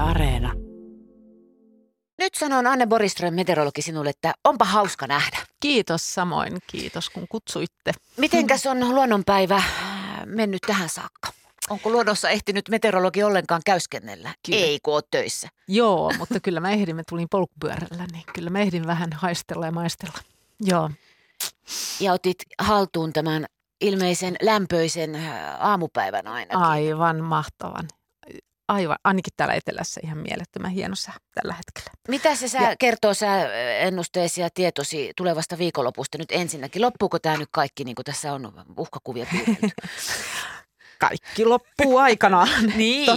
Areena. Nyt sanon Anne Boriström, meteorologi, sinulle, että onpa hauska nähdä. Kiitos samoin, kiitos kun kutsuitte. Mitenkäs on luonnonpäivä mennyt tähän saakka? Onko luonnossa ehtinyt meteorologi ollenkaan käyskennellä? Kyllä. Ei, kun oot töissä. Joo, mutta kyllä mä tulin polkupyörällä, niin kyllä mä ehdin vähän haistella ja maistella. Joo. Ja otit haltuun tämän ilmeisen lämpöisen aamupäivän ainakin. Aivan mahtavan. Aivan, ainakin täällä etelässä ihan mielettömän hieno sää tällä hetkellä. Mitä se kertoo sääennusteesi ja tietosi tulevasta viikonlopusta nyt ensinnäkin? Loppuuko tämä nyt kaikki, niin kuin tässä on uhkakuvia piirretty? Kaikki loppuu aikanaan. Niin.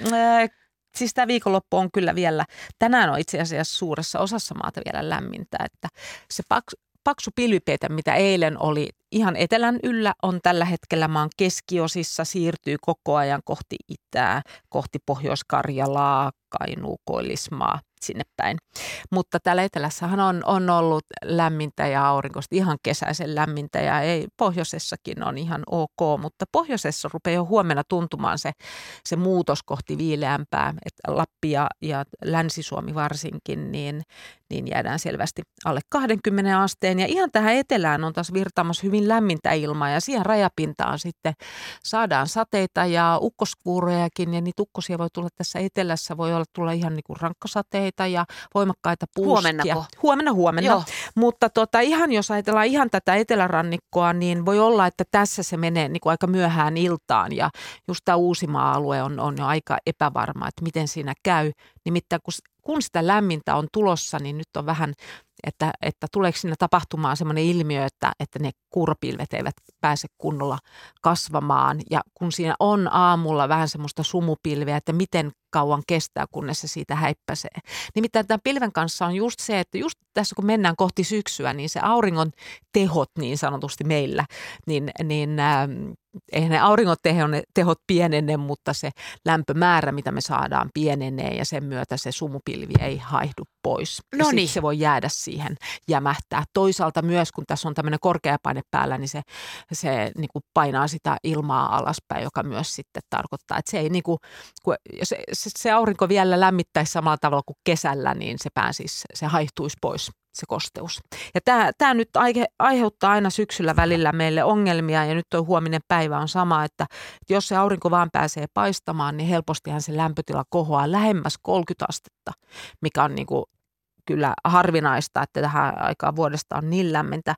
Siis tämä viikonloppu on kyllä vielä, tänään on itse asiassa suuressa osassa maata vielä lämmintä, että se paksu pilvipeite, mitä eilen oli ihan etelän yllä, on tällä hetkellä maan keskiosissa, siirtyy koko ajan kohti itää, kohti Pohjois-Karjalaa, Kainuu, Koillismaa, sinne päin. Mutta täällä etelässähän on ollut lämmintä ja aurinkoista, ihan kesäisen lämmintä ja pohjoisessakin on ihan ok, mutta pohjoisessa rupeaa jo huomenna tuntumaan se muutos kohti viileämpää, että Lappi ja Länsi-Suomi varsinkin, niin jäädään selvästi alle 20 asteen ja ihan tähän etelään on taas virtaamassa hyvin lämmintä ilmaa ja siihen rajapintaan sitten saadaan sateita ja ukkoskuurojakin ja niitä ukkosia voi tulla tässä etelässä, voi tulla ihan niin kuin rankkasateita ja voimakkaita puuskia. Huomenna. Joo. Mutta ihan jos ajatellaan ihan tätä etelärannikkoa, niin voi olla, että tässä se menee niin kuin aika myöhään iltaan ja just tämä Uusimaa-alue on jo aika epävarma, että miten siinä käy. Nimittäin kun sitä lämmintä on tulossa, niin nyt on vähän, että tuleeko siinä tapahtumaan semmoinen ilmiö, että ne kuuropilvet eivät pääse kunnolla kasvamaan. Ja kun siinä on aamulla vähän semmoista sumupilveä, että miten kauan kestää, kunnes se siitä häippäsee. Nimittäin tämän pilven kanssa on just se, että just tässä kun mennään kohti syksyä, niin se auringon tehot niin sanotusti meillä, niin eihän ne auringon tehot pienene, mutta se lämpömäärä, mitä me saadaan, pienenee ja sen myötä se sumupilvi ei haihdu pois. No niin. Se voi jäädä siihen jämähtää. Toisaalta myös, kun tässä on tämmöinen korkeapaine päällä, niin se niin kuin painaa sitä ilmaa alaspäin, joka myös sitten tarkoittaa, että se ei niin kuin, kun se aurinko vielä lämmittäisi samalla tavalla kuin kesällä, niin se haihtuisi pois. Se kosteus. Ja tämä nyt aiheuttaa aina syksyllä välillä meille ongelmia ja nyt tuo huominen päivä on sama, että jos se aurinko vaan pääsee paistamaan, niin helpostihan se lämpötila kohoaa lähemmäs 30 astetta, mikä on niin kuin kyllä harvinaista, että tähän aikaan vuodesta on niin lämmintä.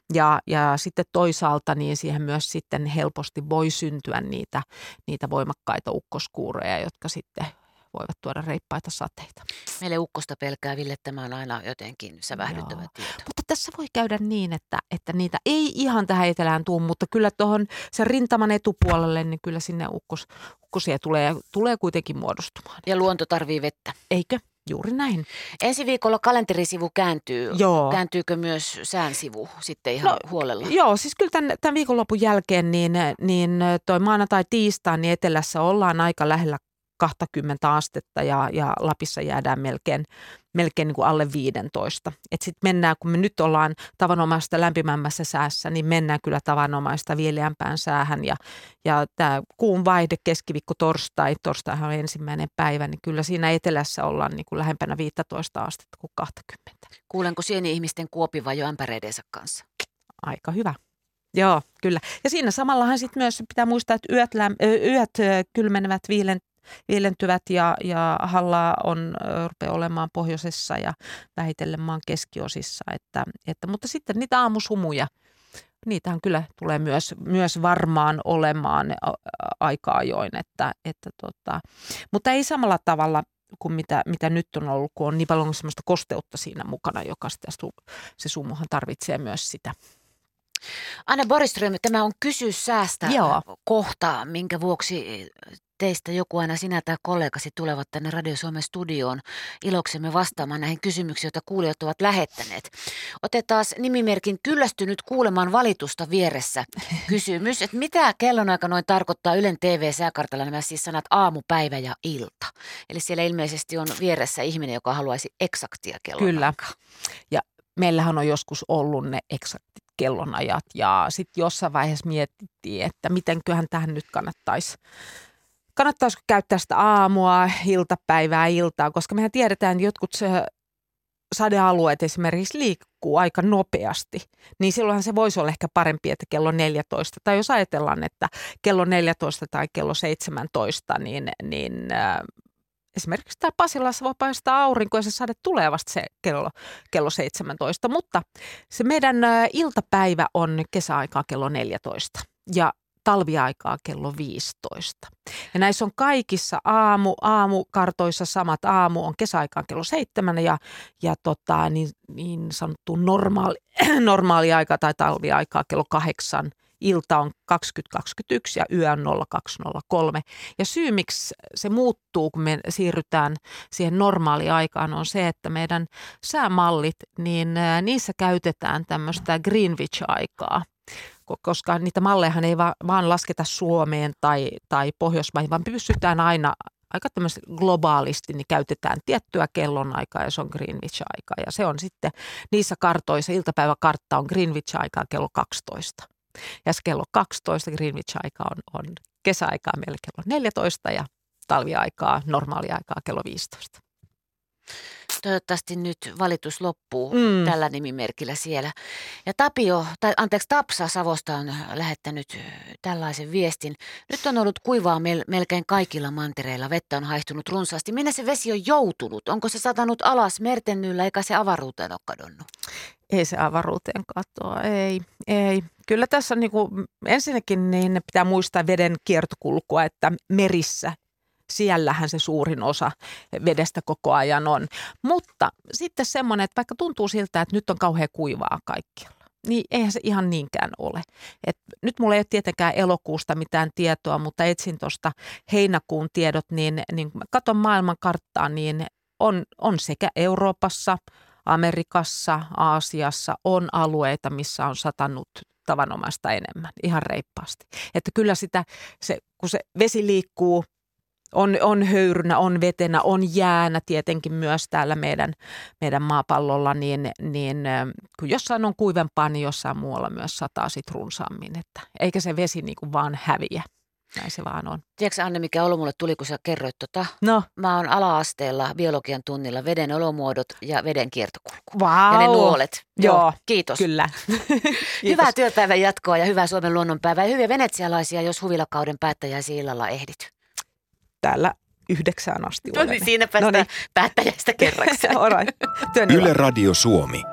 Ja sitten toisaalta niin siihen myös sitten helposti voi syntyä niitä voimakkaita ukkoskuuroja, jotka sitten voivat tuoda reippaita sateita. Meille ukkosta pelkää, Ville, tämä on aina jotenkin sävähdyttävä tieto. Mutta tässä voi käydä niin, että niitä ei ihan tähän etelään tule, mutta kyllä tuohon sen rintaman etupuolelle, niin kyllä sinne ukkosia tulee kuitenkin muodostumaan. Ja luonto tarvii vettä. Eikö? Juuri näin. Ensi viikolla kalenterisivu kääntyy. Joo. Kääntyykö myös säänsivu sitten ihan huolella? Joo, siis kyllä tämän viikonlopun jälkeen niin toi maanantai tiistai niin etelässä ollaan aika lähellä 20 astetta ja Lapissa jäädään melkein niin kuin alle 15. Että sitten mennään, kun me nyt ollaan tavanomaista lämpimämmässä säässä, niin mennään kyllä tavanomaista viileämpään säähän. Ja tämä kuun vaihde keskiviikko torstaihan on ensimmäinen päivä, niin kyllä siinä etelässä ollaan niin kuin lähempänä 15 astetta kuin 20. Kuulenko sieni-ihmisten kuopivan jo ämpäreidensä kanssa? Aika hyvä. Joo, kyllä. Ja siinä samallahan sitten myös pitää muistaa, että yöt kylmenevät viilentyvät ja halla rupeaa olemaan pohjoisessa ja vähitellen maan keskiosissa. Mutta sitten niitä aamusumuja, niitähän kyllä tulee myös varmaan olemaan aika ajoin. Mutta ei samalla tavalla kuin mitä nyt on ollut, kun on niin paljon sellaista kosteutta siinä mukana, joka se sumuhan tarvitsee myös sitä. Anne Boriström, tämä on Kysy säästä kohta, minkä vuoksi teistä joku, aina sinä tai kollegasi, tulevat tänne Radio Suomen studioon iloksemme vastaamaan näihin kysymyksiin, joita kuulijat ovat lähettäneet. Otetaan nimimerkin kyllästynyt kuulemaan valitusta vieressä kysymys, että mitä kellonaika noin tarkoittaa Ylen TV-sääkartalla nämä siis sanat aamu, päivä ja ilta. Eli siellä ilmeisesti on vieressä ihminen, joka haluaisi eksaktia kellonaikaa. Kyllä. Ja meillähän on joskus ollut ne eksaktit kellonajat ja sitten jossain vaiheessa mietittiin, että mitenköhän tähän nyt kannattaisi kannattaisiko käyttää sitä aamua, iltapäivää, iltaa, koska mehän tiedetään, että jotkut sadealueet esimerkiksi liikkuu aika nopeasti, niin silloinhan se voisi olla ehkä parempi, että kello 14. Tai jos ajatellaan, että kello 14 tai kello 17, niin esimerkiksi täällä Pasilassa voi paistaa aurinko ja se sade tulee vasta se kello 17. Mutta se meidän iltapäivä on kesäaikaa kello 14 ja talviaikaa kello 15. Ja näissä on kaikissa aamukartoissa samat. Aamu on kesäaikaan kello 7 ja niin sanottu normaali aika tai talviaikaa kello 8. Ilta on 20.21 ja yö on 02.03. Ja syy, miksi se muuttuu, kun me siirrytään siihen normaaliaikaan, on se, että meidän säämallit, niin niissä käytetään tämmöistä Greenwich-aikaa. Koska niitä mallejahan ei vaan lasketa Suomeen tai Pohjoismaihin, vaan pystytään aina aika tämmöisesti globaalisti, niin käytetään tiettyä kellonaikaa ja se on Greenwich-aika. Ja se on sitten niissä kartoissa, iltapäiväkartta on Greenwich-aikaa kello 12. Ja kello 12 Greenwich-aika on kesäaikaa meillä kello 14 ja talviaikaa, normaaliaikaa kello 15. Toivottavasti nyt valitus loppuu tällä nimimerkillä siellä. Ja Tapsa Savosta on lähettänyt tällaisen viestin. Nyt on ollut kuivaa melkein kaikilla mantereilla. Vettä on haihtunut runsaasti. Minne se vesi on joutunut? Onko se satanut alas mertennyllä eikä se avaruuteen ole kadonnut? Ei se avaruuteen katoa, ei. Kyllä tässä ensinnäkin niin pitää muistaa veden kiertokulkua, että merissä siellähän se suurin osa vedestä koko ajan on. Mutta sitten semmoinen, että vaikka tuntuu siltä, että nyt on kauhean kuivaa kaikkialla, niin eihän se ihan niinkään ole. Nyt mulla ei ole tietenkään elokuusta mitään tietoa, mutta etsin tuosta heinäkuun tiedot, niin kun mä katson maailman karttaa, niin on sekä Euroopassa, Amerikassa, Aasiassa on alueita, missä on satanut tavanomaista enemmän, ihan reippaasti. Että kyllä kun se vesi liikkuu, on höyrynä, on vetenä, on jäänä tietenkin myös täällä meidän maapallolla, niin kun jossain on kuivempaa, niin jossain muualla myös sataa sit runsaammin. Että eikä se vesi vaan häviä. Näin se vaan on. Tiedätkö Anne, mikä olo mulle tuli, kun sä kerroit tota? No. Mä oon ala-asteella biologian tunnilla veden olomuodot ja veden kiertokulku. Vau. Ja ne nuolet. Joo, kiitos. Kyllä. Hyvää työpäivän jatkoa ja hyvää Suomen luonnonpäivää ja hyviä venetsialaisia, jos huvilakauden päättäjäisiä illalla ehdit. Täällä 9 asti olemme. No niin, siinä päästään päättäjästä kerraksi. Yle Radio Suomi.